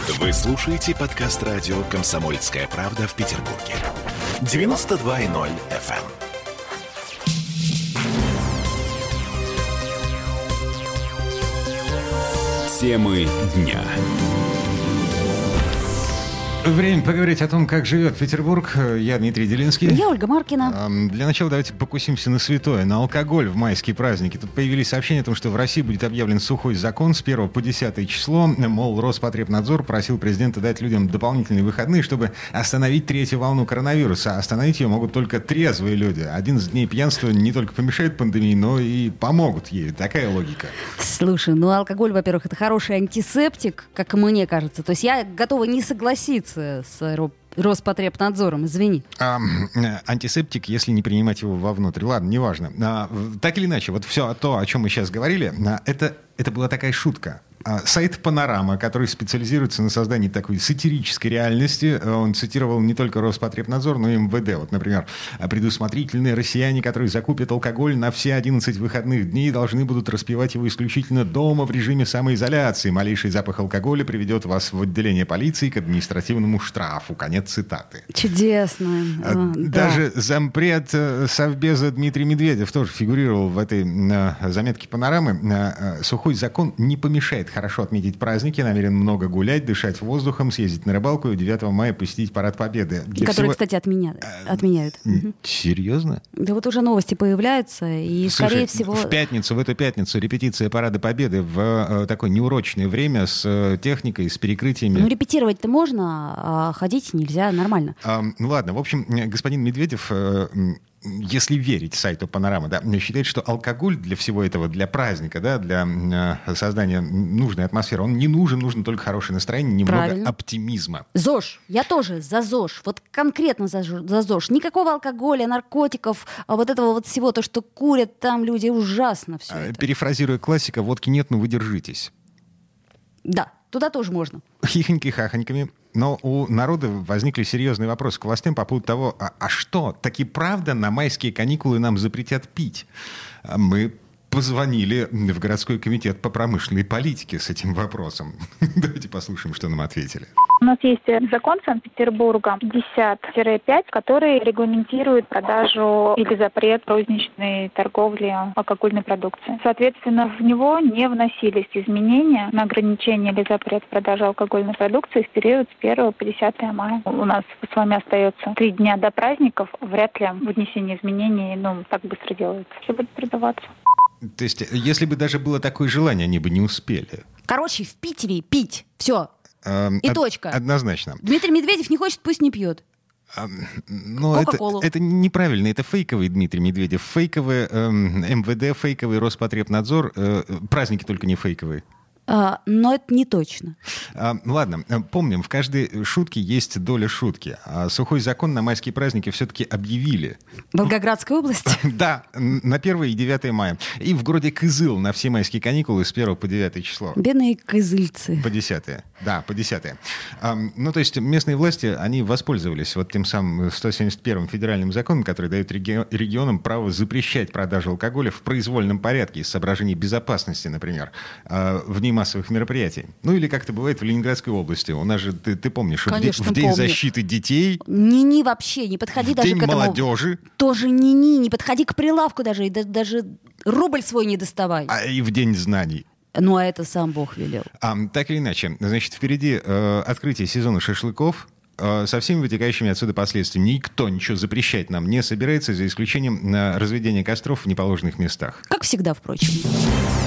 Вы слушаете подкаст радио «Комсомольская правда» в Петербурге. 92.0 FM. Темы дня. Время поговорить о том, как живет Петербург. Я Дмитрий Делинский. Я Ольга Маркина. Для начала давайте покусимся на святое, на алкоголь в майские праздники. Тут появились сообщения о том, что в России будет объявлен сухой закон с 1 по 10 число. Мол, Роспотребнадзор просил президента дать людям дополнительные выходные, чтобы остановить третью волну коронавируса. Остановить ее могут только трезвые люди. 11 дней пьянства не только помешает пандемии, но и помогут ей. Такая логика. Слушай, алкоголь, во-первых, это хороший антисептик, как мне кажется. То есть я готова не согласиться с Роспотребнадзором, извини. Антисептик, если не принимать его вовнутрь. Ладно, неважно. Так или иначе, вот все то, о чем мы сейчас говорили, это была такая шутка. Сайт «Панорама», который специализируется на создании такой сатирической реальности, он цитировал не только Роспотребнадзор, но и МВД. Вот, например, предусмотрительные россияне, которые закупят алкоголь на все 11 выходных дней, должны будут распивать его исключительно дома в режиме самоизоляции. Малейший запах алкоголя приведет вас в отделение полиции к административному штрафу. Конец цитаты. Чудесно. Даже зампред Совбеза Дмитрий Медведев тоже фигурировал в этой заметке «Панорамы». Сухой закон не помешает хорошо отметить праздники, намерен много гулять, дышать воздухом, съездить на рыбалку и 9 мая посетить Парад Победы. Который, кстати, отменяют. Серьезно? Да вот уже новости появляются, и, скорее всего... в эту пятницу репетиция Парада Победы в такое неурочное время с техникой, с перекрытиями. Репетировать-то можно, а ходить нельзя, нормально. Ладно, в общем, господин Медведев... Если верить сайту «Панорама», считает, что алкоголь для всего этого, для праздника, для создания нужной атмосферы, он не нужен, нужно только хорошее настроение, немного оптимизма. ЗОЖ. Я тоже за ЗОЖ. Вот конкретно за ЗОЖ. Никакого алкоголя, наркотиков, вот этого вот всего, то, что курят там люди, ужасно все это. Перефразируя классика, водки нет, но вы держитесь. Да, туда тоже можно. Хихоньки-хахоньками. Но у народа возникли серьезные вопросы к властям по поводу того, а что, таки правда на майские каникулы нам запретят пить? Мы позвонили в городской комитет по промышленной политике с этим вопросом. Давайте послушаем, что нам ответили. У нас есть закон Санкт-Петербурга 50-5, который регламентирует продажу или запрет розничной торговли алкогольной продукции. Соответственно, в него не вносились изменения на ограничение или запрет продажи алкогольной продукции в период с 1 по 10 мая. У нас с вами остается 3 дня до праздников. Вряд ли внесение изменений так быстро делается. Все будет продаваться. То есть, если бы даже было такое желание, они бы не успели. Короче, в Питере пить. Все. И точка. Однозначно. Дмитрий Медведев не хочет, пусть не пьет. Но это неправильно, это фейковый Дмитрий Медведев. Фейковый МВД, фейковый Роспотребнадзор. Праздники только не фейковые. Но это не точно. Ладно, помним, в каждой шутке есть доля шутки. Сухой закон на майские праздники все-таки объявили. Волгоградской области? Да, на 1 и 9 мая. И в городе Кызыл на все майские каникулы с 1 по 9 число. Бедные кызыльцы. По 10. Да, по 10. То есть местные власти, они воспользовались вот тем самым 171-м федеральным законом, который дает регионам право запрещать продажу алкоголя в произвольном порядке из соображений безопасности, например, в дни массовых мероприятий. Или как это бывает в Ленинградской области. У нас же, ты помнишь, конечно, в День защиты детей. Ни вообще, не подходи даже к этому. День молодежи. Тоже не подходи к прилавку даже, и даже рубль свой не доставай. И в День знаний. А это сам Бог велел. Так или иначе, значит, впереди открытие сезона шашлыков со всеми вытекающими отсюда последствиями. Никто ничего запрещать нам не собирается, за исключением разведения костров в неположенных местах. Как всегда, впрочем.